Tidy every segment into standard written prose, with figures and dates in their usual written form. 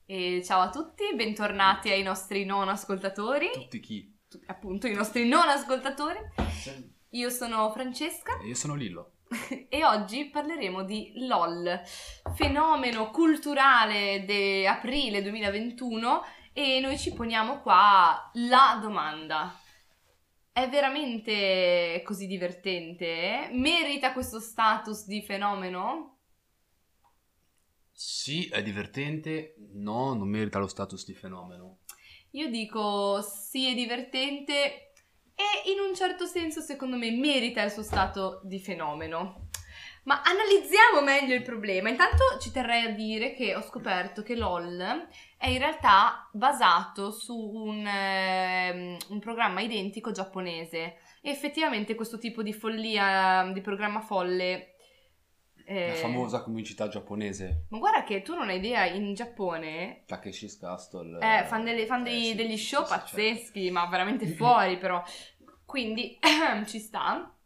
E ciao a tutti, bentornati ai nostri non ascoltatori. Tutti chi? Appunto, i nostri non ascoltatori. Io sono Francesca. E io sono Lillo. E oggi parleremo di LOL, fenomeno culturale di aprile 2021, e noi ci poniamo qua la domanda: è veramente così divertente? Merita questo status di fenomeno? Sì, è divertente. No, non merita lo status di fenomeno. Io dico sì, è divertente e in un certo senso secondo me merita il suo stato di fenomeno. Ma analizziamo meglio il problema. Intanto ci terrei a dire che ho scoperto che LOL è in realtà basato su un programma identico giapponese. E effettivamente questo tipo di follia, di programma folle... La famosa comicità giapponese. Ma guarda che tu non hai idea, in Giappone Takeshi's Castle. fan Sì, degli sì, show sì, certo. pazzeschi, ma veramente fuori però. Quindi ci sta.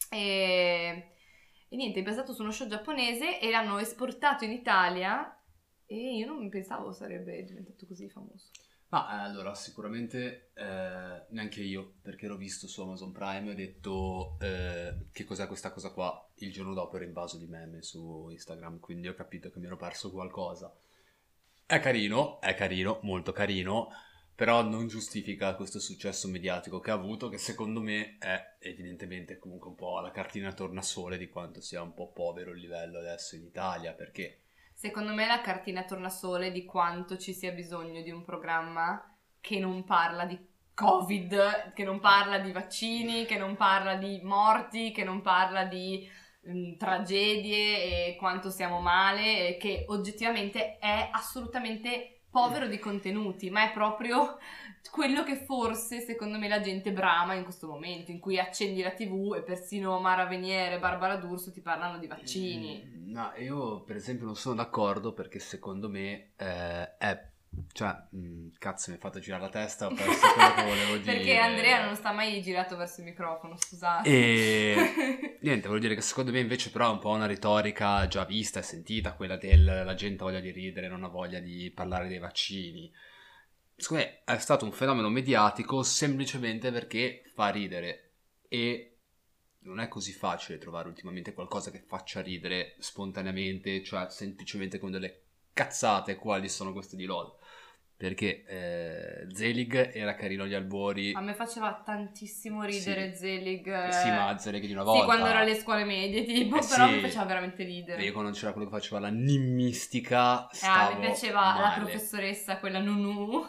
E niente, è basato su uno show giapponese e l'hanno esportato in Italia e io non pensavo sarebbe diventato così famoso. Ma allora, sicuramente neanche io, perché l'ho visto su Amazon Prime e ho detto che cos'è questa cosa qua. Il giorno dopo ero invaso di meme su Instagram, quindi ho capito che mi ero perso qualcosa. È carino, molto carino, però non giustifica questo successo mediatico che ha avuto, che secondo me è evidentemente comunque un po' la cartina tornasole di quanto sia un po' povero il livello adesso in Italia, perché Secondo me la cartina tornasole di quanto ci sia bisogno di un programma che non parla di Covid, che non parla di vaccini, che non parla di morti, che non parla di tragedie e quanto siamo male, e che oggettivamente è assolutamente povero di contenuti, ma è proprio quello che forse secondo me la gente brama in questo momento, in cui accendi la TV e persino Mara Veniere e Barbara D'Urso ti parlano di vaccini. No, io per esempio non sono d'accordo perché secondo me è... Cioè, cazzo mi hai fatto girare la testa, ho perso quello che volevo dire. Perché Andrea non sta mai girato verso il microfono, scusate. E niente, voglio dire che secondo me invece però è un po' una retorica già vista e sentita, quella del la gente ha voglia di ridere, non ha voglia di parlare dei vaccini. Secondo me è stato un fenomeno mediatico semplicemente perché fa ridere e non è così facile trovare ultimamente qualcosa che faccia ridere spontaneamente, cioè semplicemente con delle cazzate quali sono queste di LOL. Perché Zelig era carino agli albori. A me faceva tantissimo ridere Sì. Zelig. Sì, ma Zelig di una Sì, volta. quando era alle scuole medie, tipo, però mi Sì. faceva veramente ridere. Io quando c'era quello che faceva la nimmistica Mi stavo piaceva la male. professoressa, quella Nunu.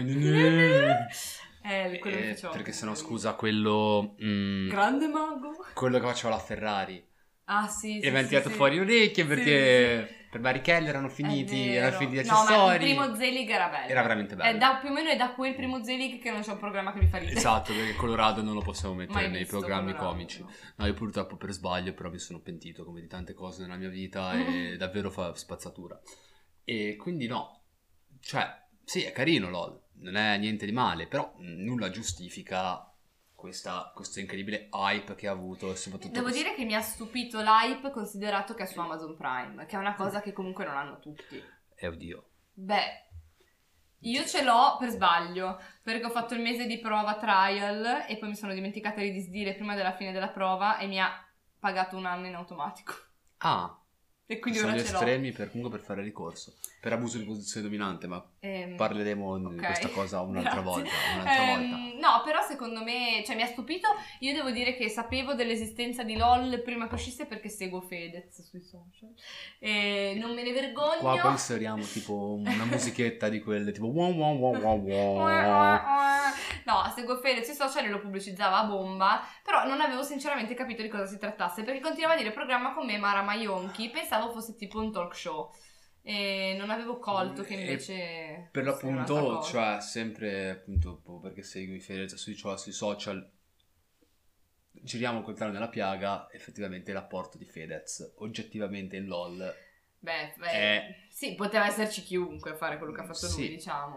Quello mi faceva Perché se no ridere. scusa quello Grande mago. quello che faceva la Ferrari Ah, sì, e sì, mi ha sì, tirato sì. fuori le orecchie Sì, perché sì. per Barrichello erano È finiti vero. gli No, ma il accessori. primo Zelig era bello. Era veramente bello. Più o meno è da quel primo Zelig che non c'è un programma che mi fa ridere. Esatto, perché Colorado non lo possiamo mettere Mai nei visto programmi Colorado, comici. no. No, io purtroppo per sbaglio però mi sono pentito come di tante cose nella mia vita e davvero fa spazzatura. E quindi no, cioè sì è carino LOL, non è niente di male, però nulla giustifica questo incredibile hype che ha avuto e soprattutto Devo dire che mi ha stupito l'hype considerato che è su Amazon Prime, che è una cosa che comunque non hanno tutti. oddio. Beh, io ce l'ho per sbaglio, perché ho fatto il mese di prova trial e poi mi sono dimenticata di disdire prima della fine della prova e mi ha pagato un anno in automatico. Ah, E quindi sono ora gli ce l'ho. estremi comunque per fare ricorso, per abuso di posizione dominante, ma parleremo di ok. questa cosa un'altra Grazie. volta. No, però secondo me, cioè mi ha stupito. Io devo dire che sapevo dell'esistenza di LOL prima che uscisse perché seguo Fedez sui social e non me ne vergogno. Qua poi inseriamo tipo una musichetta di quelle tipo wow wow wow wow wow. No, seguo Fedez sui social e lo pubblicizzava a bomba, però non avevo sinceramente capito di cosa si trattasse perché continuava a dire programma con me Mara Maionchi, pensavo fosse tipo un talk show e non avevo colto che invece Per fosse un'altra l'appunto, cosa. cioè sempre appunto perché segui Fedez sui social, giriamo il coltello nella piaga, effettivamente l'apporto di Fedez oggettivamente in LOL Beh, è sì, poteva esserci chiunque a fare quello che ha fatto lui, sì. diciamo.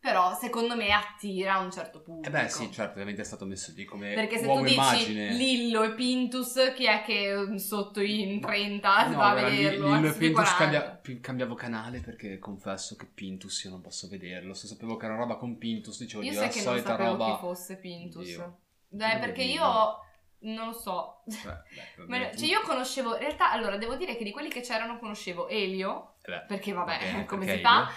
Però secondo me attira un certo pubblico. Beh sì, certo, ovviamente è stato messo lì come perché se uomo tu dici immagine. Lillo e Pintus, chi è che sotto in 30 No, va a guarda, vederlo? Lillo e Anzi, sui Pintus 40. cambiavo canale perché confesso che Pintus io non posso vederlo. Se sapevo che era una roba con Pintus dicevo Io Dio, sai la che non solita sapevo roba. chi fosse Pintus. Dio. Perché Dillo. io non lo so. Beh, Cioè io conoscevo, in realtà, allora devo dire che di quelli che c'erano conoscevo Elio, perché vabbè, bene, come perché si fa,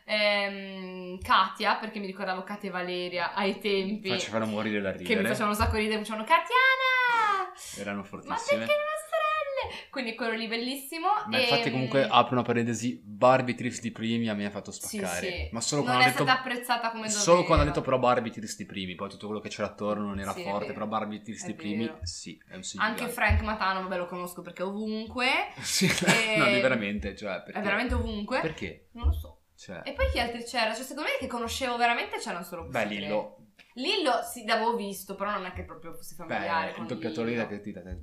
Katia, perché mi ricordavo Katia e Valeria ai tempi, facevano morire da che ridere. mi facevano un sacco ridere, facevano Katiana! Erano Ma fortissime. perché non ha sorelle? Quindi quello lì bellissimo. Ma infatti comunque apro una parentesi, Barbie Tristi Primi a me ha fatto spaccare. Sì. Ma solo non quando è ha detto stata apprezzata come doveva. solo quando ha detto però Barbie Tristi Primi, poi tutto quello che c'era attorno non era Sì, è forte, vero. però Barbie Tristi È Primi vero. sì, è un sì Anche gigante. Frank Matano, vabbè, lo conosco perché è ovunque. Sì, E- no, di veramente, cioè perché? È veramente ovunque. Perché? Non lo so. Cioè, E poi chi altri c'era? Cioè, secondo me che conoscevo veramente c'erano solo beh, questi tre. Lillo, Lillo sì, l'avevo visto, però non è che proprio fossi familiare beh, con il doppiatore Lillo.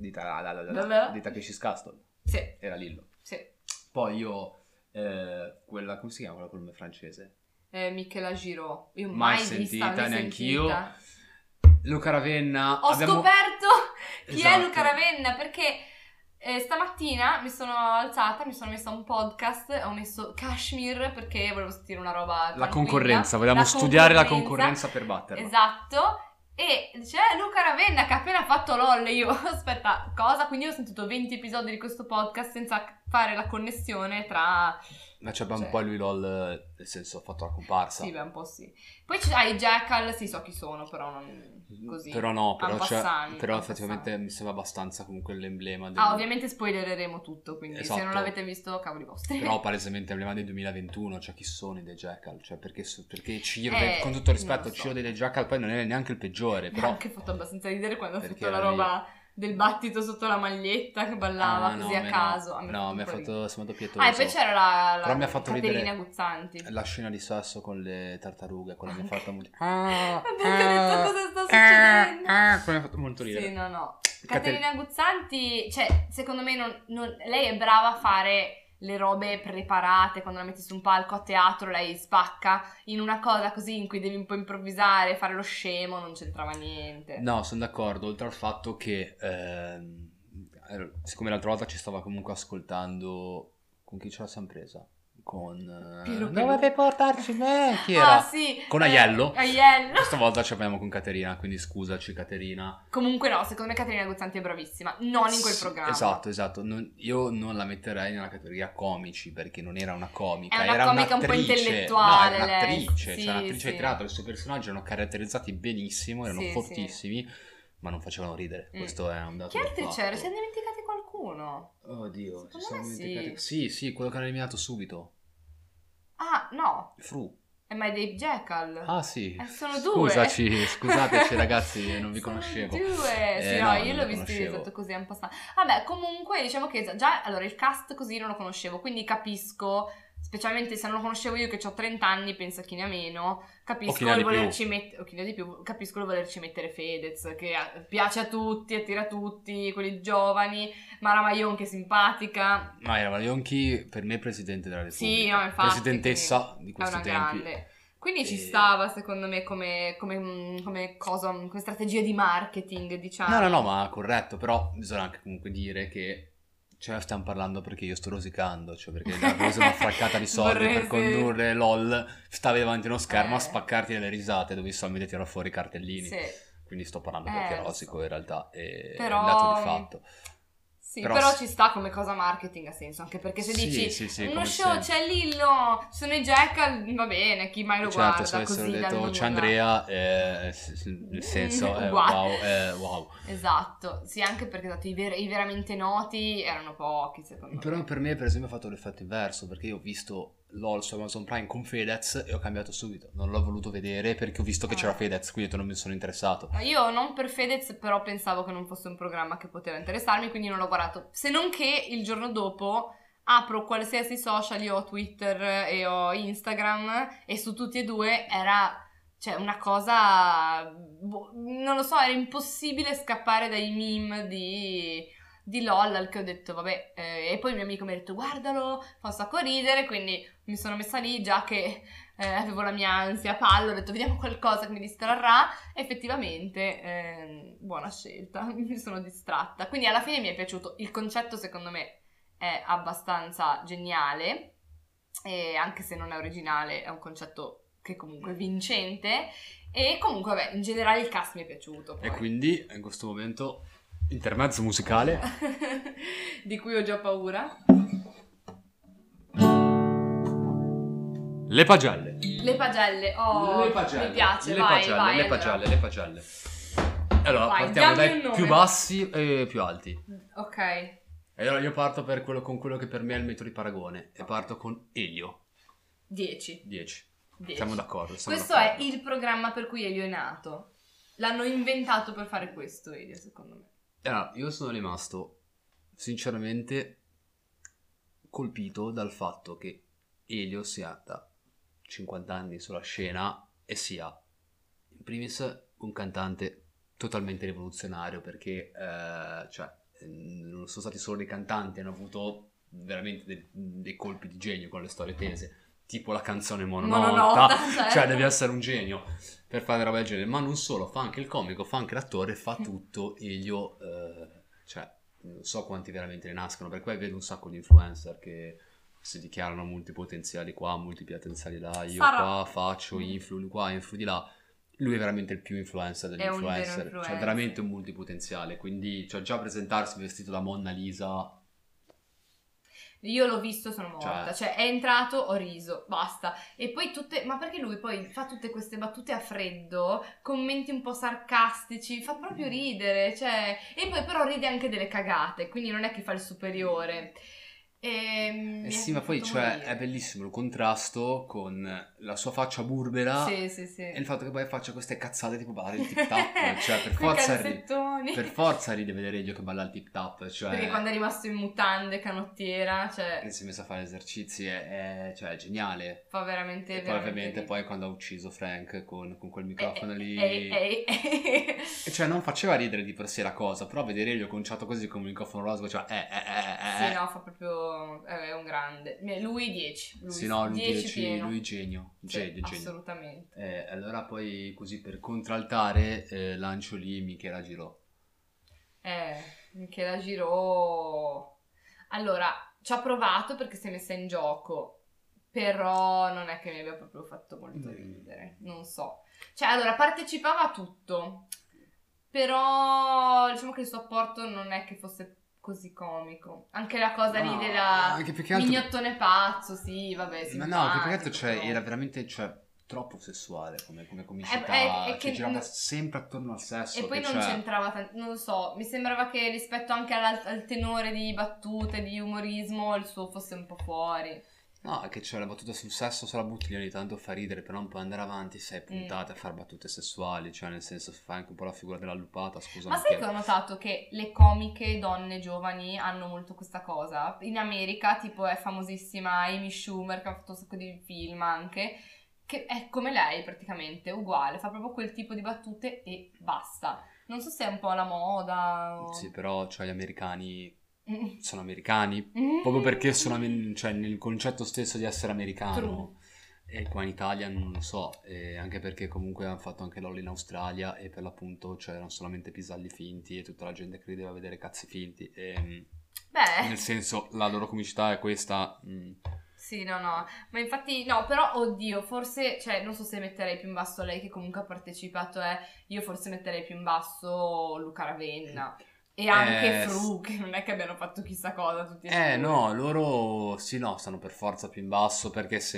di Takeshi's Castle Sì, era Lillo. sì. Poi io quella, come si chiama quella col nome francese? Michela Giraud. Io Mai mai vista, sentita, mai neanch'io. sentita. Luca Ravenna. Ho scoperto chi è Esatto. Luca Ravenna perché stamattina mi sono alzata, mi sono messa un podcast, ho messo Kashmir perché volevo sentire una roba La tranquilla. concorrenza, vogliamo La studiare la concorrenza per batterla. Esatto. E c'è Luca Ravenna che ha appena fatto LOL. Io, aspetta, cosa? Quindi io ho sentito 20 episodi di questo podcast senza fare la connessione tra... Ma c'è un Cioè- po' lui LOL, nel senso ha fatto la comparsa. Sì, beh, un po' sì. Poi i Jackal, sì, so chi sono, però non così. Però no, però, En passant, però en effettivamente passant. mi sembra abbastanza comunque l'emblema del... Ovviamente spoilereremo tutto, quindi se non Esatto. l'avete visto, cavoli vostri. Però palesemente emblema del 2021, cioè chi sono i The Jackal? Cioè perché Ciro, Eh, con tutto rispetto, non lo so. Ciro dei The Jackal poi non è neanche il peggiore, Mi ha però... anche fatto abbastanza ridere quando ha Perché fatto la era lì. roba del battito sotto la maglietta che ballava Ah, no, così a me caso. No, A no, mi ha un po' ridere. fatto, sembrato pietoso. Ah, e poi c'era la Però mi ha fatto Caterina ridere Guzzanti. la scena di sesso con le tartarughe, quella mi ha Anche. fatto molto... Ma perché ho detto cosa sta succedendo? quella mi ha fatto molto ridere. Sì, no. Cater- Caterina Guzzanti, cioè, secondo me lei è brava a fare le robe preparate, quando la metti su un palco a teatro lei spacca, in una cosa così in cui devi un po' improvvisare, fare lo scemo, non c'entrava niente. No, sono d'accordo, oltre al fatto che siccome l'altra volta ci stava comunque ascoltando, con chi ce la siamo presa? Con Piero dovete portarci me? Chi era? Ah, sì. Con Aiello. Aiello. Questa volta ci abbiamo con Caterina, quindi scusaci Caterina. Comunque no, secondo me Caterina Guzzanti è bravissima, non in quel Sì, programma. Esatto. Io non la metterei nella categoria comici perché non era una comica, È una era comica un po' un'attrice. intellettuale, No, era lei. un'attrice, Sì, cioè un'attrice sì. di teatro, i suoi personaggi erano caratterizzati benissimo, erano Sì, fortissimi, ma non facevano ridere. Mm. Questo è un dato Chi di altri fatto. c'era? Ci siamo dimenticati qualcuno? Oddio, Secondo ci siamo me dimenticati. Sì, quello che hanno eliminato subito. Ah, no, Fru. è My Dave Jackal. Ah sì. Sono due. Scusateci ragazzi, non vi Sono conoscevo. due. Sì, no, io non l'ho vi visto conoscevo. esatto così un po' Vabbè, comunque diciamo che già allora il cast così non lo conoscevo, quindi capisco, specialmente se non lo conoscevo io che ho 30 anni, pensa chi ne ha meno, capisco O chi ne ha il di più. volerci mettere, o chi ne ha di più, capisco il volerci mettere Fedez, che piace a tutti, attira tutti, quelli giovani, Mara Maion che è simpatica. No, era Yonchi per me presidente della Repubblica. Sì, no, infatti. Presidentessa di È questi una tempi. grande. Quindi ci E- stava, secondo me, come cosa, come strategia di marketing, diciamo. No, ma corretto, però bisogna anche comunque dire che cioè stiamo parlando perché io sto rosicando, cioè perché la cosa è una fraccata di soldi per Vorrei, sì. condurre LOL, stavi davanti a uno schermo a Eh. spaccarti delle risate dove i soldi ti tirano fuori i cartellini. Sì. Quindi sto parlando perché lo rosico so. in realtà è Però- un dato di fatto. Sì, Però però sì. ci sta come cosa marketing, ha senso, anche perché se Sì, dici sì, uno come show, sempre. c'è Lillo, ci sono i Jackal, va bene, chi mai lo Certo, guarda se avessero così dal detto nulla. c'è Andrea, nel senso, Uguale. wow. Esatto, sì, anche perché esatto, i veramente noti erano pochi, secondo me. Però per me, per esempio, ha fatto l'effetto inverso, perché io ho visto LOL su Amazon Prime con Fedez e ho cambiato subito. Non l'ho voluto vedere perché ho visto che c'era Fedez, quindi non mi sono interessato. Io non per Fedez, però pensavo che non fosse un programma che poteva interessarmi, quindi non l'ho guardato. Se non che il giorno dopo apro qualsiasi social, io ho Twitter e ho Instagram, e su tutti e due era, cioè, una cosa, non lo so, era impossibile scappare dai meme di LOL, al che ho detto vabbè, e poi il mio amico mi ha detto guardalo, fa un sacco ridere, quindi mi sono messa lì già che avevo la mia ansia, pallo, ho detto vediamo qualcosa che mi distrarrà, effettivamente buona scelta, mi sono distratta, quindi alla fine mi è piaciuto, il concetto secondo me è abbastanza geniale, e anche se non è originale è un concetto che comunque è vincente, e comunque vabbè in generale il cast mi è piaciuto poi. E quindi in questo momento intermezzo musicale di cui ho già paura. Le pagelle. Le pagelle, oh, Le pagelle. mi piace, Le vai, pagelle, vai. le allora. pagelle, le pagelle. Allora, Vai, partiamo dammi dai un nome. più bassi e più alti. Ok. E allora io parto con quello che per me è il metodo di paragone. E parto con Elio. 10. 10. 10. Siamo d'accordo. Questo è il programma per cui Elio è nato. L'hanno inventato per fare questo, Elio, secondo me. Allora, io sono rimasto sinceramente colpito dal fatto che Elio sia da 50 anni sulla scena e sia in primis un cantante totalmente rivoluzionario, perché non sono stati solo dei cantanti, hanno avuto veramente dei colpi di genio con le storie tese, tipo la canzone Mononota, cioè devi essere un genio per fare una roba del genere, ma non solo, fa anche il comico, fa anche l'attore, fa tutto. Elio, cioè non so quanti veramente ne nascono, perché poi vedo un sacco di influencer che si dichiarano multipotenziali qua, multipotenziali là, io qua faccio influ qua, influ di là. Lui è veramente il più influencer degli influencer, cioè veramente un multipotenziale, quindi cioè, già presentarsi vestito da Monna Lisa... Io l'ho visto, sono morta, cioè è entrato, ho riso, basta. E poi ma perché lui poi fa tutte queste battute a freddo, commenti un po' sarcastici, fa proprio ridere, cioè... E poi però ride anche delle cagate, quindi non è che fa il superiore. Sì, ma poi cioè, è bellissimo il contrasto con la sua faccia burbera e il fatto che poi faccia queste cazzate tipo ballare il tip tap, cioè per forza ride vedere Elio che balla il tip tap, cioè... perché quando è rimasto in mutande, canottiera, cioè... e si è messo a fare esercizi, è geniale. Fa veramente... E poi ovviamente poi quando ha uciso Frank con quel microfono lì... E cioè non faceva ridere di per sé la cosa, però vedere Elio conciato così con un microfono roseo, cioè Sì, no, fa proprio... è un grande. Lui 10. Sì, no, lui 10, lui genio. Sì, genio. Assolutamente. Allora poi così per contraltare lancio lì Michela Girò. Michela Girò... Allora, ci ha provato perché si è messa in gioco, però non è che mi abbia proprio fatto molto ridere, non so. Cioè, allora, partecipava a tutto, però diciamo che il suo apporto non è che fosse così comico. Anche la cosa lì della mignottone pazzo, sì, vabbè, ma no, che perché cioè, era veramente troppo sessuale come comicità, che girava sempre attorno al sesso. E poi non c'entrava tanto, non lo so, mi sembrava che rispetto anche al tenore di battute, di umorismo, il suo fosse un po' fuori. No, è che c'è la battuta sul sesso, se la butti lì ogni tanto fa ridere, però non puoi andare avanti 6 puntate a fare battute sessuali, cioè nel senso fai anche un po' la figura della lupata, scusa. Ma sai che ho notato che le comiche donne giovani hanno molto questa cosa? In America tipo è famosissima Amy Schumer che ha fatto un sacco di film anche, che è come lei praticamente, uguale, fa proprio quel tipo di battute e basta. Non so se è un po' la moda o... Sì, però cioè gli americani... sono americani proprio perché sono cioè nel concetto stesso di essere americano. True. E qua in Italia non lo so, e anche perché comunque hanno fatto anche LOL in Australia e per l'appunto c'erano solamente piselli finti e tutta la gente che rideva vedere cazzi finti e, nel senso la loro comicità è questa. Sì, no, ma infatti no, però oddio, forse, cioè non so se metterei più in basso lei che comunque ha partecipato, io forse metterei più in basso Luca Ravenna. E anche Fru, che non è che abbiano fatto chissà cosa tutti e due. No, loro sì, no, stanno per forza più in basso, perché se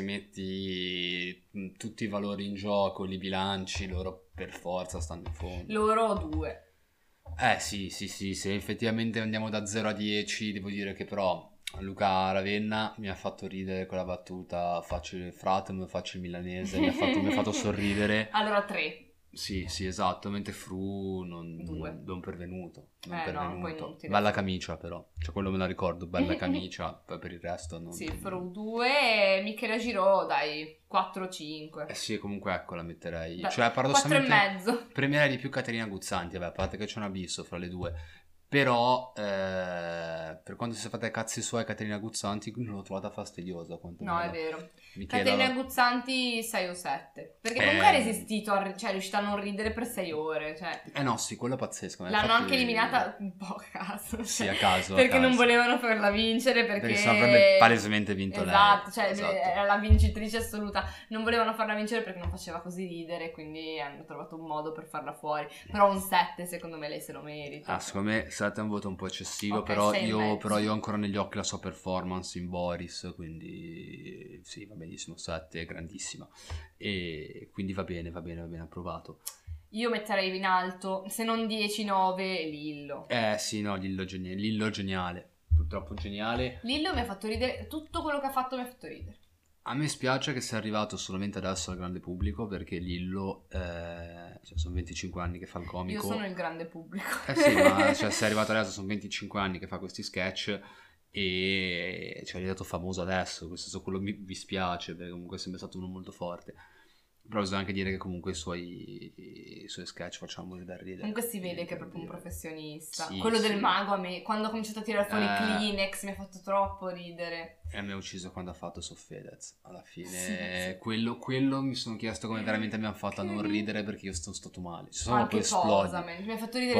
metti tutti i valori in gioco, li bilanci, loro per forza stanno in fondo. Loro 2. Sì, se effettivamente andiamo da 0 a 10, devo dire che però Luca Ravenna mi ha fatto ridere con la battuta, faccio il Fratum, faccio il milanese, mi ha fatto sorridere. Allora 3. Sì, esatto, mentre Fru non pervenuto. Bella camicia però, cioè quello me la ricordo, bella camicia, poi per il resto non... Sì, Fru 2 e Michela Girò, dai, 4-5. Sì, comunque ecco la metterei, cioè paradossalmente 4,5. premierei di più Caterina Guzzanti, vabbè, a parte che c'è un abisso fra le due, Però per quanto si sia fatta i cazzi suoi Caterina Guzzanti, non l'ho trovata fastidiosa No, è vero. Michela... Caterina Guzzanti 6 o 7. Perché comunque ha resistito, cioè è riuscita a non ridere per 6 ore. Cioè. No, sì, quello è pazzesco. L'hanno infatti... anche eliminata un po' a caso. Sì, a caso. Perché a caso. non volevano farla vincere, perché se avrebbe palesemente vinto esatto, lei. Cioè esatto. Era la vincitrice assoluta. Non volevano farla vincere perché non faceva così ridere, quindi hanno trovato un modo per farla fuori. Però un 7 secondo me lei se lo merita. Secondo me 7 è un voto un po' eccessivo, Okay, però 6 e io mezzo. ho ancora negli occhi la sua performance in Boris, quindi sì, va benissimo, 7 è grandissima. E quindi va bene, approvato. Io metterei in alto, se non 10, 9, Lillo. Sì, no, Lillo geniale, purtroppo geniale. Lillo mi ha fatto ridere, tutto quello che ha fatto mi ha fatto ridere. A me spiace che sia arrivato solamente adesso al grande pubblico, perché Lillo, sono 25 anni che fa il comico. Io sono il grande pubblico. Sì, ma se è arrivato adesso, sono 25 anni che fa questi sketch e è diventato famoso adesso, questo quello mi spiace, perché comunque è sempre stato uno molto forte. Però bisogna anche dire che comunque i suoi sketch facciamo morire da ridere. Comunque si vede che è proprio un professionista. Sì, Quello del mago a me, quando ho cominciato a tirare fuori Kleenex, mi ha fatto troppo ridere. E mi ha ucciso quando ha fatto Fedez. Alla fine, sì. Quello mi sono chiesto come veramente mi hanno fatto a non ridere, perché io sono stato male. Anche Posamen, mi ha fatto ridere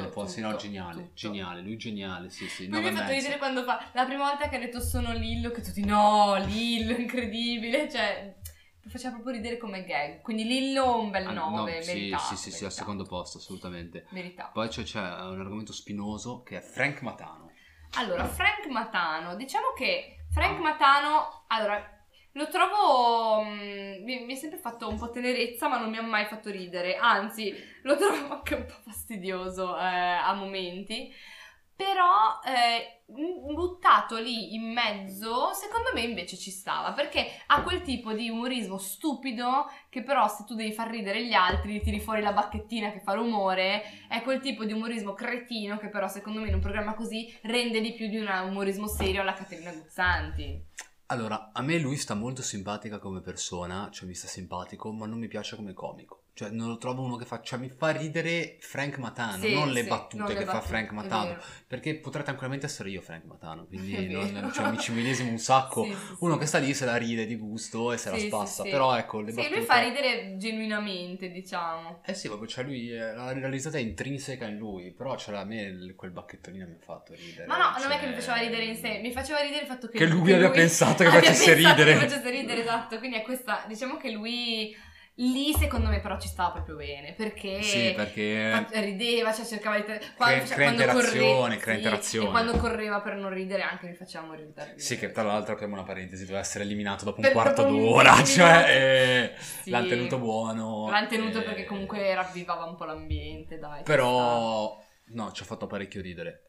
geniale, lui geniale, sì. Poi mi ha fatto ridere quando fa, la prima volta che ha detto sono Lillo, che tutti no, Lillo, incredibile, cioè... faceva proprio ridere come gag, quindi Lillo un bel 9, meritato. Sì, al secondo posto, assolutamente. Meritato. Poi c'è un argomento spinoso che è Frank Matano. Allora, Frank Matano, diciamo che Frank Matano, allora, lo trovo, mi è sempre fatto un po' tenerezza, ma non mi ha mai fatto ridere, anzi, lo trovo anche un po' fastidioso a momenti. Però buttato lì in mezzo, secondo me invece ci stava, perché ha quel tipo di umorismo stupido che però se tu devi far ridere gli altri tiri fuori la bacchettina che fa rumore, è quel tipo di umorismo cretino che però secondo me in un programma così rende di più di un umorismo serio alla Caterina Guzzanti. Allora, a me lui sta molto simpatica come persona, cioè mi sta simpatico, ma non mi piace come comico. Cioè non lo trovo uno che fa, cioè mi fa ridere Frank Matano, non le battute che fa Frank Matano, perché potrei tranquillamente essere io Frank Matano, quindi mi ci medesimo un sacco, uno che sta lì se la ride di gusto e se la spassa, però ecco le battute... Sì, lui fa ridere genuinamente, diciamo. Sì, proprio, cioè lui, la risata è intrinseca in lui, però a me quel bacchettonino mi ha fatto ridere. Ma no, non è che mi faceva ridere in sé, mi faceva ridere il fatto che lui abbia pensato che facesse ridere. Che facesse ridere, esatto, quindi è questa, diciamo che lui... Lì secondo me però ci stava proprio bene, perché rideva, cioè cercava di crea interazione. E quando correva per non ridere anche mi faceva morire da ridere. Sì, che tra l'altro, apriamo una parentesi, doveva essere eliminato dopo un quarto d'ora, cioè l'hanno tenuto buono. L'hanno tenuto perché comunque ravvivava un po' l'ambiente, dai. Però... No, ci ha fatto parecchio ridere.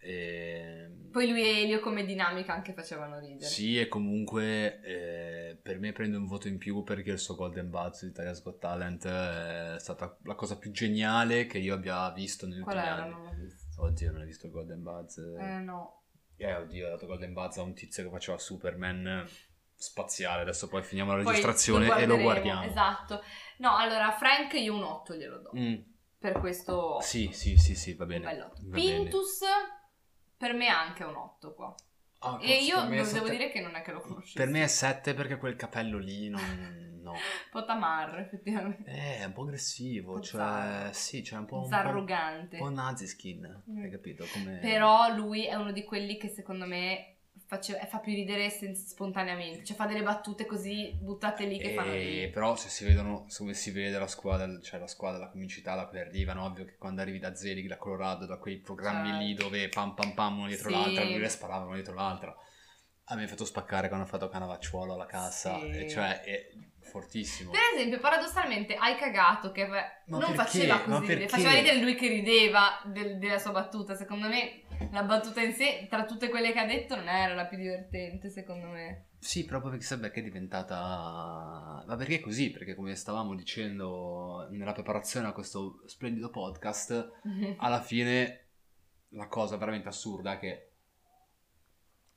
Poi lui e Elio come dinamica anche facevano ridere. Sì, e comunque per me prende un voto in più perché il suo Golden Buzz di Italia's Got Talent è stata la cosa più geniale che io abbia visto negli ultimi anni. Non l'ho visto. Oddio, non hai visto il Golden Buzz? No. Oddio, ha dato Golden Buzz a un tizio che faceva Superman spaziale. Adesso poi finiamo la registrazione e lo guardiamo. Esatto. No, allora Frank io un 8 glielo do. Per questo sì, va bene. Pintus per me è anche un 8 qua. E io devo dire che non è che lo conosci. Per me è 7 perché quel capello lì no. Un po' tamarro effettivamente. È un po' aggressivo, cioè sì, c'è un po' arrogante. Un po' nazi skin, hai capito? Però lui è uno di quelli che secondo me fa più ridere spontaneamente, cioè fa delle battute così buttate lì che fanno ridere. Però se si vedono, come si vede la squadra, cioè la squadra, la comicità da cui arrivano, ovvio che quando arrivi da Zelig, da Colorado, da quei programmi lì dove pam pam pam uno dietro l'altra, lui le sparavano uno dietro l'altra. A me ha fatto spaccare quando ha fatto Canavacciuolo alla cassa, e cioè è fortissimo. Per esempio, paradossalmente, Hai cagato che faceva così ridere, faceva ridere lui che rideva della sua battuta. Secondo me la battuta in sé, tra tutte quelle che ha detto, non era la più divertente, secondo me. Sì, proprio perché sembra che è diventata... Ma perché è così? Perché come stavamo dicendo nella preparazione a questo splendido podcast, alla fine la cosa veramente assurda è che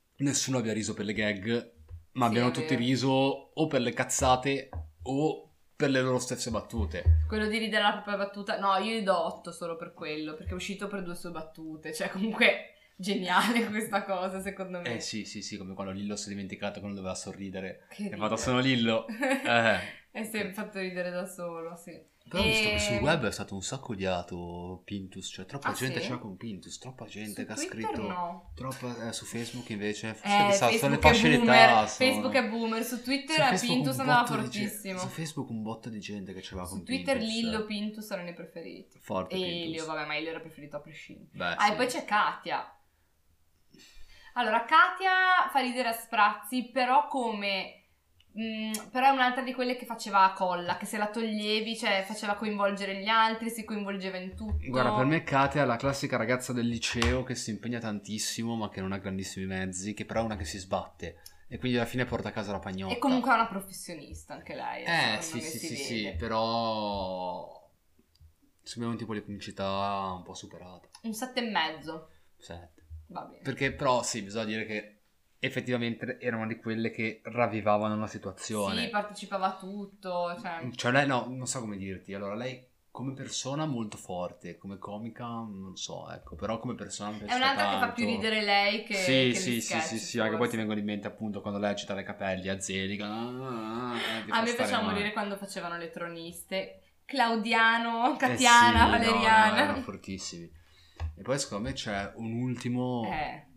nessuno abbia riso per le gag, ma abbiano tutti riso o per le cazzate o per le loro stesse battute. Quello di ridere la propria battuta, no, io gli do 8 solo per quello, perché è uscito per 2 sue battute, cioè comunque geniale questa cosa secondo me. Sì, come quando Lillo si è dimenticato che non doveva sorridere. Che È fatto sono Lillo. E si è fatto ridere da solo, sì. Però ho visto che sul web è stato un sacco odiato Pintus, cioè troppa gente sì? c'era con Pintus, troppa gente Su che ha Twitter scritto no. troppa, su Facebook invece Facebook sono le è fasce boomer, d'età, Facebook è boomer, su Twitter Pintus andava fortissimo. Su Facebook un botto di gente che c'era con Su Twitter Pintus. Lillo Pintus erano i preferiti. Forte E Pintus. Elio, vabbè, ma Elio era preferito a prescindere. Beh, E poi c'è Katia. Allora, Katia fa ridere a sprazzi, però però è un'altra di quelle che faceva a colla, che se la toglievi, cioè faceva coinvolgere gli altri, si coinvolgeva in tutto. Guarda, per me Katia è la classica ragazza del liceo che si impegna tantissimo ma che non ha grandissimi mezzi, che però è una che si sbatte e quindi alla fine porta a casa la pagnotta. E comunque è una professionista anche lei. Sì, però sembra un tipo di pubblicità un po' superata. Un 7,5. 7. Va bene. Perché però sì, bisogna dire che effettivamente era una di quelle che ravvivavano la situazione. Sì, partecipava a tutto. Cioè lei, no, non so come dirti. Allora, lei come persona molto forte, come comica non lo so, ecco, però come persona mi piace tanto. È un'altra tanto. Che fa più ridere lei che Sì, anche poi ti vengono in mente appunto quando lei agita i capelli a Zelica. A me piaceva morire quando facevano le troniste. Claudiano, Catiana, Valeriana. No, erano fortissimi. E poi secondo me c'è un ultimo...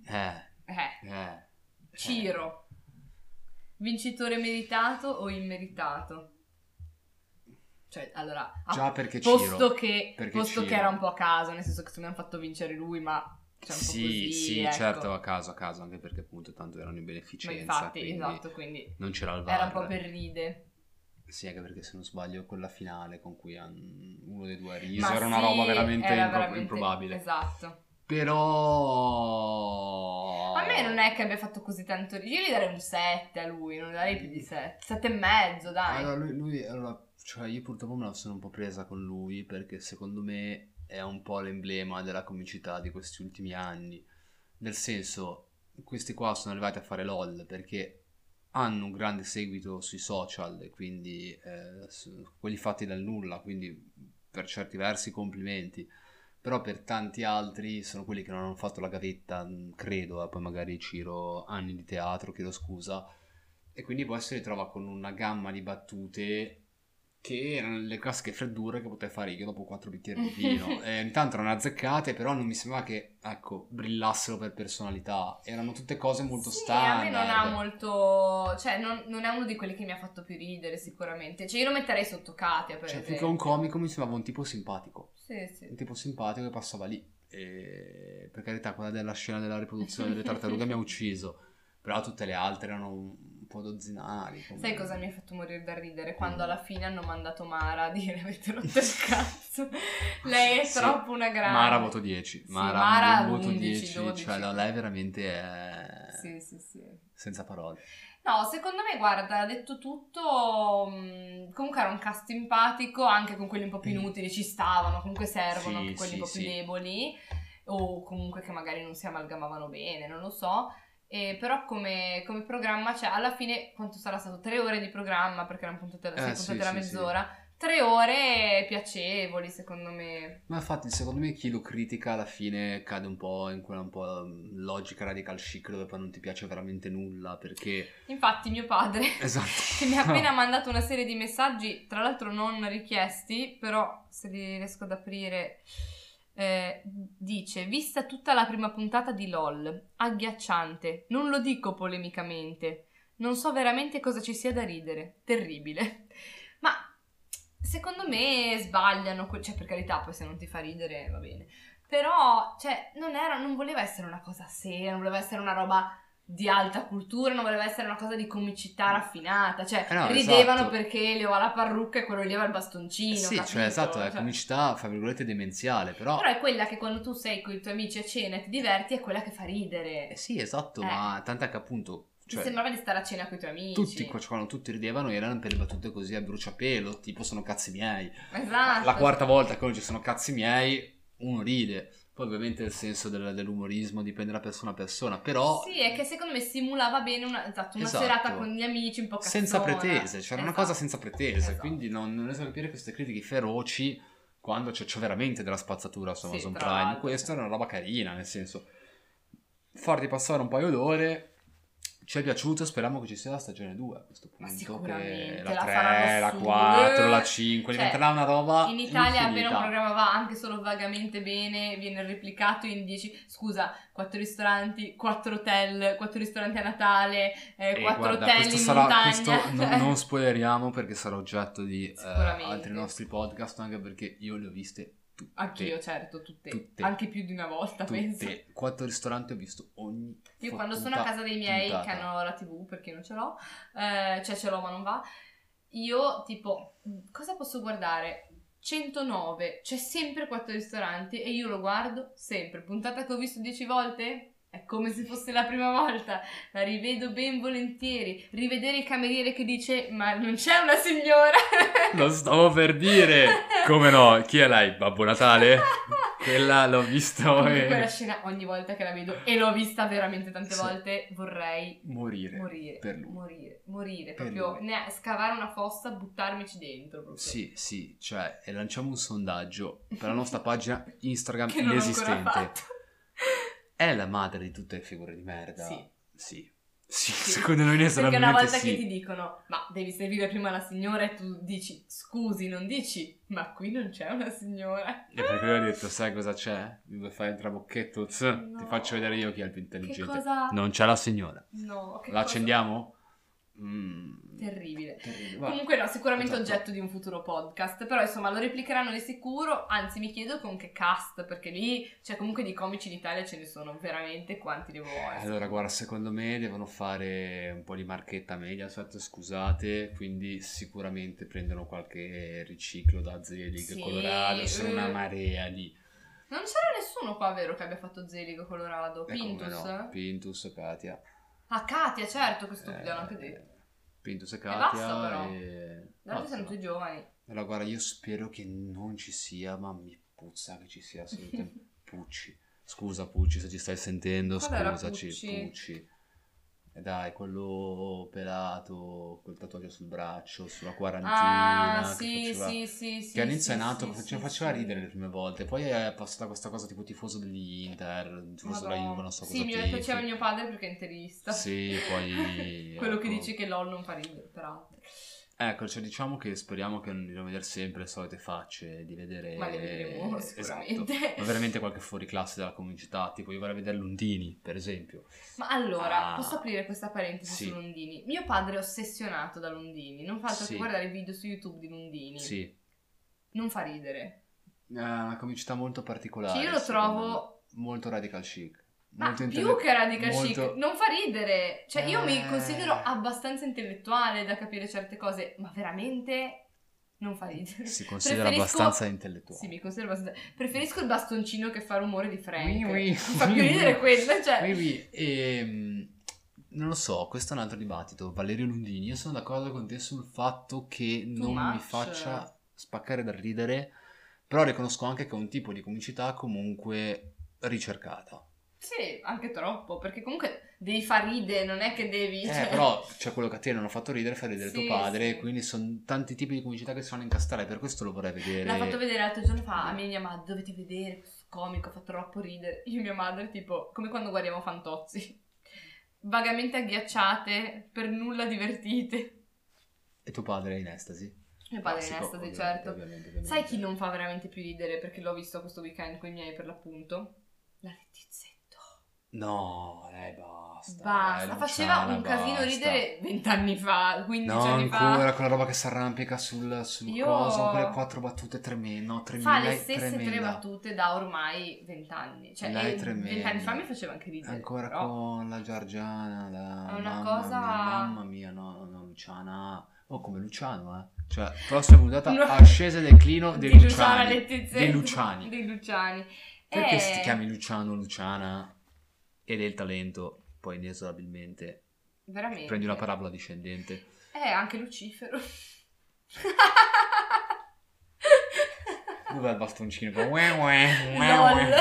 Ciro. Vincitore meritato o immeritato? Cioè, allora... Già perché posto Ciro. Che era un po' a caso, nel senso che mi hanno fatto vincere lui, ma... Cioè, un po' così, ecco. Certo, a caso, anche perché appunto tanto erano in beneficenza. Ma infatti, esatto, quindi... Non c'era il VAR. Era un po' per ride. Sì, anche perché se non sbaglio quella finale con cui uno dei due ha riso era una roba veramente improbabile. Esatto. Però a me non è che abbia fatto così tanto io gli darei un 7 a lui, non gli darei più di 7. 7,5, dai. Allora lui cioè io purtroppo me la sono un po' presa con lui perché secondo me è un po' l'emblema della comicità di questi ultimi anni. Nel senso, questi qua sono arrivati a fare LOL perché hanno un grande seguito sui social e quindi quelli fatti dal nulla, quindi per certi versi complimenti, però per tanti altri sono quelli che non hanno fatto la gavetta, credo, poi magari Ciro anni di teatro, chiedo scusa, e quindi poi si ritrova con una gamma di battute che erano le classiche freddure che potevo fare io dopo 4 bicchieri di vino e ogni tanto erano azzeccate, però non mi sembrava che, ecco, brillassero per personalità, erano tutte cose molto standard. A me non ha molto, cioè non è uno di quelli che mi ha fatto più ridere sicuramente, cioè io lo metterei sotto Katia per esempio. Più che un comico mi sembrava un tipo simpatico. Sì. Un tipo simpatico che passava lì e per carità quella della scena della riproduzione delle tartarughe mi ha ucciso, però tutte le altre erano un po' dozzinali. Sai cosa mi ha fatto morire da ridere? Quando alla fine hanno mandato Mara a dire avete rotto il cazzo. Lei è troppo una grande. Mara voto 10. Mara voto 11, 10. 12. Cioè lei veramente è... Sì. Senza parole. No, secondo me, guarda, ha detto tutto. Comunque era un cast simpatico, anche con quelli un po' più inutili ci stavano, comunque servono anche quelli un po' più deboli, o comunque che magari non si amalgamavano bene, non lo so. Però come programma, cioè alla fine quanto sarà stato? 3 ore di programma, perché erano puntate da mezz'ora. 3 ore piacevoli, secondo me. Ma infatti, secondo me chi lo critica alla fine cade un po' in quella un po' logica radical chic dove poi non ti piace veramente nulla, perché... Infatti mio padre, esatto, che mi ha appena mandato una serie di messaggi, tra l'altro non richiesti, però se li riesco ad aprire... dice: vista tutta la prima puntata di LOL, agghiacciante, non lo dico polemicamente, non so veramente cosa ci sia da ridere, terribile. Ma secondo me sbagliano, cioè per carità, poi se non ti fa ridere va bene, però cioè non voleva essere una cosa seria, non voleva essere una roba di alta cultura, non voleva essere una cosa di comicità raffinata, cioè ridevano esatto. Perché Leo ha la parrucca e quello lì aveva il bastoncino, sì, capito? Cioè esatto, è comicità fra virgolette demenziale, però è quella che quando tu sei con i tuoi amici a cena e ti diverti è quella che fa ridere. Sì, esatto, ma tant'è che appunto ti sembrava di stare a cena con i tuoi amici. Quando tutti ridevano erano per le battute così a bruciapelo, tipo sono cazzi miei. Esatto. La quarta volta che non ci sono cazzi miei, uno ride. Poi ovviamente il senso dell'umorismo dipende da persona a persona, però... Sì, è che secondo me simulava bene una serata con gli amici un po' cazzona. Senza pretese, c'era una cosa senza pretese, Esatto. quindi non riesco a capire queste critiche feroci quando c'è veramente della spazzatura su Amazon tra Prime. l'altro. Questa è una roba carina, nel senso, farti passare un paio d'ore... Ci è piaciuto, speriamo che ci sia la stagione 2 a questo punto. Ma sicuramente, che la la 3, faranno la su. 4, la 5, Cioè, diventerà una roba in Italia infinita. appena un programma va anche solo vagamente bene, viene replicato in 10, scusa, 4 ristoranti, 4 hotel, 4 ristoranti a Natale, 4 hotel in montagna. Questo non spoileriamo perché sarà oggetto di altri nostri podcast, anche perché io le ho viste tutte. Anch'io, certo, tutte. Anche più di una volta, penso. 4 ristoranti ho visto ogni Io quando sono a casa dei miei puntata. che hanno la TV, perché non ce l'ho, cioè ce l'ho ma non va, io tipo, cosa posso guardare? 109, c'è sempre 4 ristoranti e io lo guardo sempre. Puntata che ho visto 10 volte? È come se fosse la prima volta, la rivedo ben volentieri. Rivedere il cameriere che dice ma non c'è una signora? Lo stavo per dire, come no, chi è lei? Babbo Natale? Quella l'ho visto Quella scena ogni volta che la vedo e l'ho vista veramente tante volte vorrei morire per lui. morire per proprio lui. scavare una fossa, buttarmici dentro proprio. Sì, cioè e lanciamo un sondaggio per la nostra pagina Instagram che non inesistente. È la madre di tutte le figure di merda? Sì, secondo noi perché una inesorabilmente volta sì. che ti dicono ma devi servire prima la signora e tu dici scusi, non dici ma qui non c'è una signora. E perché lui ha detto sai cosa c'è? Mi vuoi fare il trabocchetto? No. Ti faccio vedere io chi è il più intelligente. Che cosa? Non c'è la signora. No, che la accendiamo? Terribile. Va. Comunque no, sicuramente Esatto. oggetto di un futuro podcast, però insomma lo replicheranno di sicuro, anzi mi chiedo con che cast, perché lì cioè comunque di comici in Italia ce ne sono veramente quanti ne vuoi. Allora guarda, secondo me devono fare un po' di marchetta Mediaset, scusate, quindi sicuramente prendono qualche riciclo da Zelig, Colorado, sono una marea di... Non c'era nessuno qua, vero, che abbia fatto Zelig Colorado? Pintus? No. Pintus e Katia. Ah, Katia, certo, che stupido, l'ho anche detto. Pintus e Katia. Basta però. Guarda, sono tutti giovani. Allora guarda, io spero che non ci sia, ma mi puzza che ci sia assolutamente Pucci. Scusa Pucci se ci stai sentendo, scusaci, Pucci. E dai, quello pelato, col tatuaggio sul braccio, sulla quarantina. Sì. Che all'inizio è nato, faceva ridere le prime volte, poi è passata questa cosa tipo tifoso dell'Inter, tifoso della Juve, non so cosa. Sì, mi piaceva mio padre perché è interista. Sì, poi... quello che dice che LOL non fa ridere, peraltro. Ecco, cioè diciamo che speriamo che non di vedere sempre le solite facce, di vedere... Ma le vedremo sicuramente. Esatto. Ma veramente qualche fuoriclasse della comicità, tipo io vorrei vedere Lundini, per esempio. Ma allora, posso aprire questa parentesi su Lundini? Mio padre è ossessionato da Lundini, non fa altro che guardare video su YouTube di Lundini. Sì. Non fa ridere. È una comicità molto particolare. Cioè io lo trovo... molto radical chic. Ma più che radical chic, non fa ridere. Cioè io mi considero abbastanza intellettuale da capire certe cose, ma veramente non fa ridere. Si considera abbastanza intellettuale. Sì, mi considero abbastanza... Preferisco il bastoncino che fa rumore di Frank. Fa più ridere quello, cioè... Non lo so, questo è un altro dibattito. Valerio Lundini, io sono d'accordo con te sul fatto che non mi faccia spaccare dal ridere, però riconosco anche che è un tipo di comicità comunque ricercata. Sì, anche troppo, perché comunque devi far ridere, non è che devi... Però c'è quello che a te non ha fatto ridere, fa ridere tuo padre, quindi sono tanti tipi di comicità che si vanno a incastrare, per questo lo vorrei vedere. L'ha fatto vedere l'altro giorno fa a me e mia madre, dovete vedere questo comico, fa troppo ridere. Io e mia madre, tipo, come quando guardiamo Fantozzi, vagamente agghiacciate, per nulla divertite. E tuo padre è in estasi? Mio padre è in estasi, certo. Ovviamente. Sai chi non fa veramente più ridere, perché l'ho visto questo weekend con i miei per l'appunto? La Letizia. No, basta. Faceva un casino ridere 20 anni fa, 15 anni fa. No, ancora quella roba che si arrampica sul coso, quelle 4 battute tremende. Fa le stesse 3 battute da ormai 20 anni. Cioè, 20 anni fa mi faceva anche ridere. Ancora però... con la Giorgiana, è una cosa... Mamma mia, no, Luciana... Oh, come Luciano, Cioè, prossima puntata ascesa e declino dei Luciani. Dei Luciani. Perché ti chiami Luciano, Luciana? E del talento, poi inesorabilmente veramente prendi una parabola discendente. Anche Lucifero. Dov'è il bastoncino? Fa ue ue, LOL.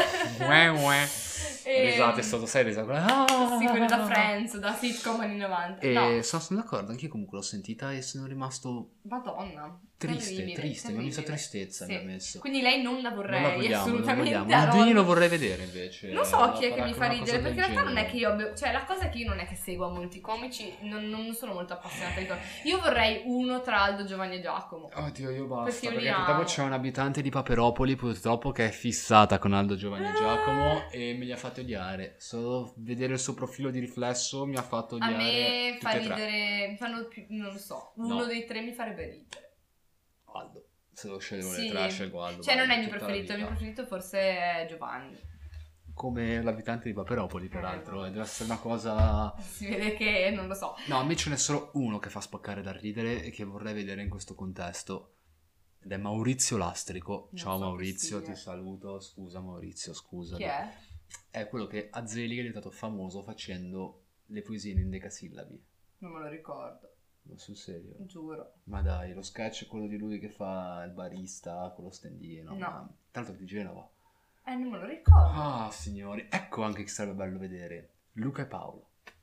Risate sotto, sai risate. Sì, quello da Friends, da sitcom anni 90. E No, sono d'accordo, anche io comunque l'ho sentita e sono rimasto Madonna. triste, Terribile, mi ha messo terribile. tristezza, Sì. mi ha messo. Quindi lei non la Non vorrei la vogliamo, assolutamente non a vogliamo. Ron. Io lo vorrei vedere invece. Non so chi è che Farà mi fa una cosa ridere, del perché in realtà non è genere. che io abbia... Cioè, la cosa è che io non è che segua molti comici, non sono molto appassionata di comici. Io vorrei uno tra Aldo, Giovanni e Giacomo. Oddio, io Perché basta. io li Perché amo. purtroppo c'è un abitante di Paperopoli, purtroppo, che è fissata con Aldo, Giovanni e Giacomo e me li ha fatti odiare. Solo vedere il suo profilo di riflesso mi ha fatto A odiare me tutti fa e tre. ridere, mi fanno più, non lo so, uno No. dei tre mi farebbe ridere. Aldo. Se devo scegliere Sì. le tre, scelgo Aldo. Cioè, non è il mio tutta la preferito, il mio vita. preferito forse è Giovanni. Come l'abitante di Paperopoli, peraltro. vabbè. Deve essere una cosa... Si vede che non lo so. No, a me ce n'è solo uno che fa spaccare da ridere e che vorrei vedere in questo contesto. Ed è Maurizio Lastrico. Non Ciao so chi Maurizio, sia. ti saluto. Scusa Maurizio, scusa. Chi è? È quello che a Zelig è diventato famoso facendo le poesie in endecasillabi. Non me lo ricordo, Ma sul serio? giuro. Ma dai, lo sketch è quello di lui che fa il barista con lo stendino. No. Ma... Tanto di Genova. Non me lo ricordo. Ah, signori. Ecco anche che sarebbe bello vedere. Luca e Paolo.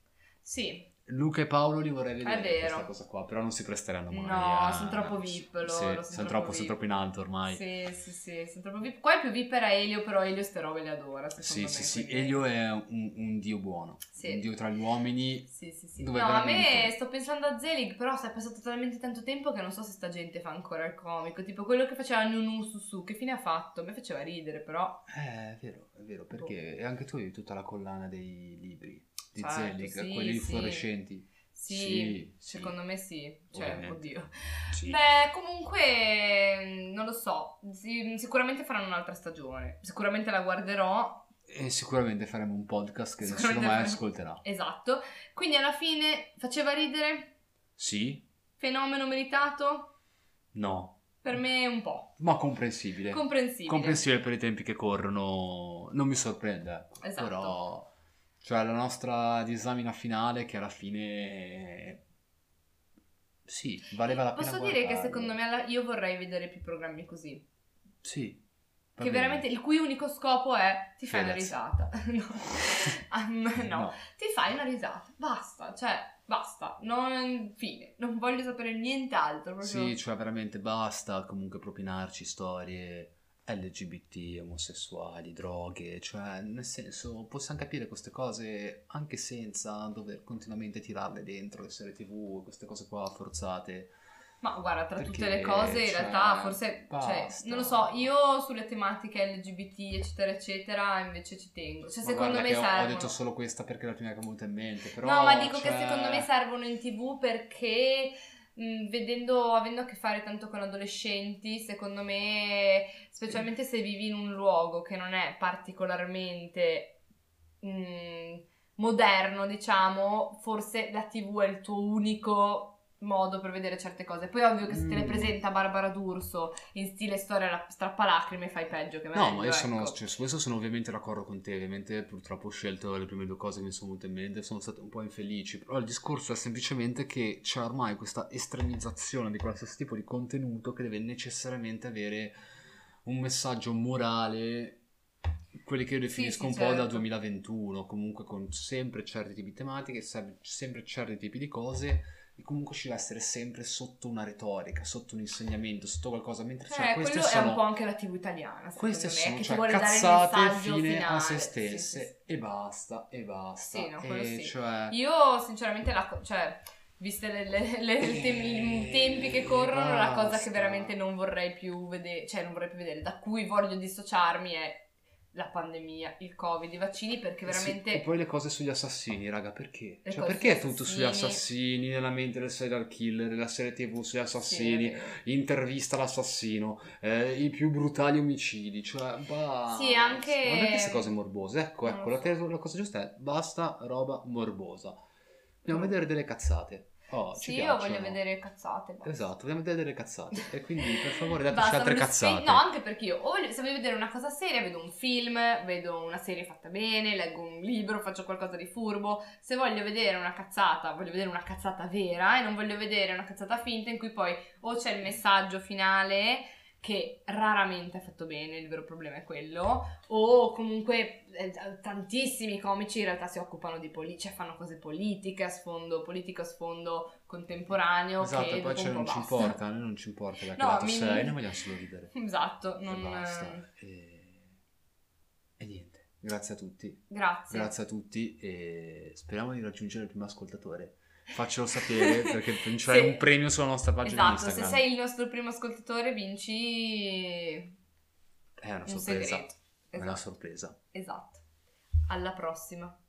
Sì, Luca e Paolo li vorrei vedere vero. questa cosa qua, però non si presteranno mai. no, sono troppo VIP loro. Sì, sono troppo in alto ormai. Sì, sono troppo VIP. Qua è più VIP era Elio, però Elio ste robe le adora, secondo me. Sì, quindi- Elio è un dio buono, Sì. un dio tra gli uomini. Sì. Dove No, a me veramente- sto pensando a Zelig, però è passato talmente tanto tempo che non so se sta gente fa ancora il comico. Tipo quello che faceva Nunu Su, che fine ha fatto? A me faceva ridere, però... È vero, perché anche tu hai tutta la collana dei libri di Certo, Zelig, sì, quelli sì. fluorescenti. Sì, Sì, secondo me sì. Cioè, ovviamente. oddio. Sì. Beh, comunque, non lo so. Sicuramente faranno un'altra stagione. Sicuramente la guarderò. E sicuramente faremo un podcast che nessuno Sicuramente mai faremo- ascolterà. Esatto. Quindi alla fine faceva ridere? Sì? Fenomeno meritato? No. Per me un po'. Ma comprensibile. Comprensibile. Comprensibile per i tempi che corrono, non mi sorprende, ecco. Esatto. Però, cioè la nostra disamina finale che alla fine, sì, valeva la pena Posso dire che guardarlo. secondo me io vorrei vedere più programmi così. Sì. va Che bene. veramente il cui unico scopo è ti fai una Fedez. risata. No. No. No. Ti fai una risata. Basta, cioè, basta. Non fine. Non voglio sapere nient'altro. Proprio... Sì, cioè veramente basta comunque propinarci storie LGBT, omosessuali, droghe, cioè nel senso possiamo capire queste cose anche senza dover continuamente tirarle dentro le serie TV, queste cose qua forzate. Ma guarda, tra Perché, tutte le cose, in cioè, realtà, forse, cioè, basta. non lo so, io sulle tematiche LGBT, eccetera, eccetera, invece ci tengo. Cioè, Ma secondo guarda me che ho servono. detto solo questa perché è la prima che mi è venuta in mente, però No, ma dico cioè... che secondo me servono in TV perché avendo a che fare tanto con adolescenti, secondo me, specialmente se vivi in un luogo che non è particolarmente moderno, diciamo, forse la TV è il tuo unico modo per vedere certe cose. Poi ovvio che se te le presenta Barbara D'Urso in stile storia strappalacrime fai peggio che meglio. No, ma io sono, ecco. cioè, su questo sono ovviamente d'accordo con te, ovviamente purtroppo ho scelto le prime due cose che mi sono venute in mente, sono state un po' infelici, però il discorso è semplicemente che c'è ormai questa estremizzazione di qualsiasi tipo di contenuto che deve necessariamente avere un messaggio morale, quelli che io definisco sì, un certo. po' da 2021, comunque con sempre certi tipi di tematiche, sempre certi tipi di cose, e comunque ci deve essere sempre sotto una retorica, sotto un insegnamento, sotto qualcosa, mentre cioè, queste quello sono... è un po' anche la TV italiana, secondo Queste me, sono che ti cioè vuole dare il cazzate messaggio fine finale. a se Sì, stesse sì. e basta. Sì, no, quello sì. Cioè... Io sinceramente cioè, viste i tempi che corrono, la cosa basta. che veramente non vorrei più vedere, cioè non vorrei più vedere, da cui voglio dissociarmi è la pandemia, il Covid, i vaccini, perché veramente... Sì, e poi le cose sugli assassini, raga, perché? Le Cioè, cose perché è sugli tutto sugli assassini, nella mente del serial killer, la serie TV sugli assassini, Sì, è vero. intervista l'assassino, i più brutali omicidi, cioè, basta. Sì, anche- Ma perché queste cose morbose? Ecco, Non lo la cosa giusta è basta roba morbosa. Dobbiamo Mm. vedere delle cazzate. Oh, ci Sì, io piacciono. voglio vedere cazzate. basta. Esatto, vogliamo vedere delle cazzate. E quindi, per favore, dateci Basta, altre voglio cazzate. No, anche perché io se voglio vedere una cosa seria, vedo un film, vedo una serie fatta bene, leggo un libro, faccio qualcosa di furbo. Se voglio vedere una cazzata, voglio vedere una cazzata vera e non voglio vedere una cazzata finta in cui poi o c'è il messaggio finale che raramente è fatto bene, il vero problema è quello, o comunque tantissimi comici in realtà si occupano di politica, cioè fanno cose politiche a sfondo contemporaneo, Esatto, che poi dopo un po' non ci basta. importa, a noi non ci importa da che No, lato sei, noi vogliamo solo ridere. Esatto, E basta. E niente, grazie a tutti. Grazie. Grazie a tutti e speriamo di raggiungere il primo ascoltatore. Faccelo sapere perché vincerai un premio sulla nostra pagina Instagram. Se sei il nostro primo ascoltatore vinci è una un sorpresa. segreto. È una sorpresa. Esatto. Alla prossima.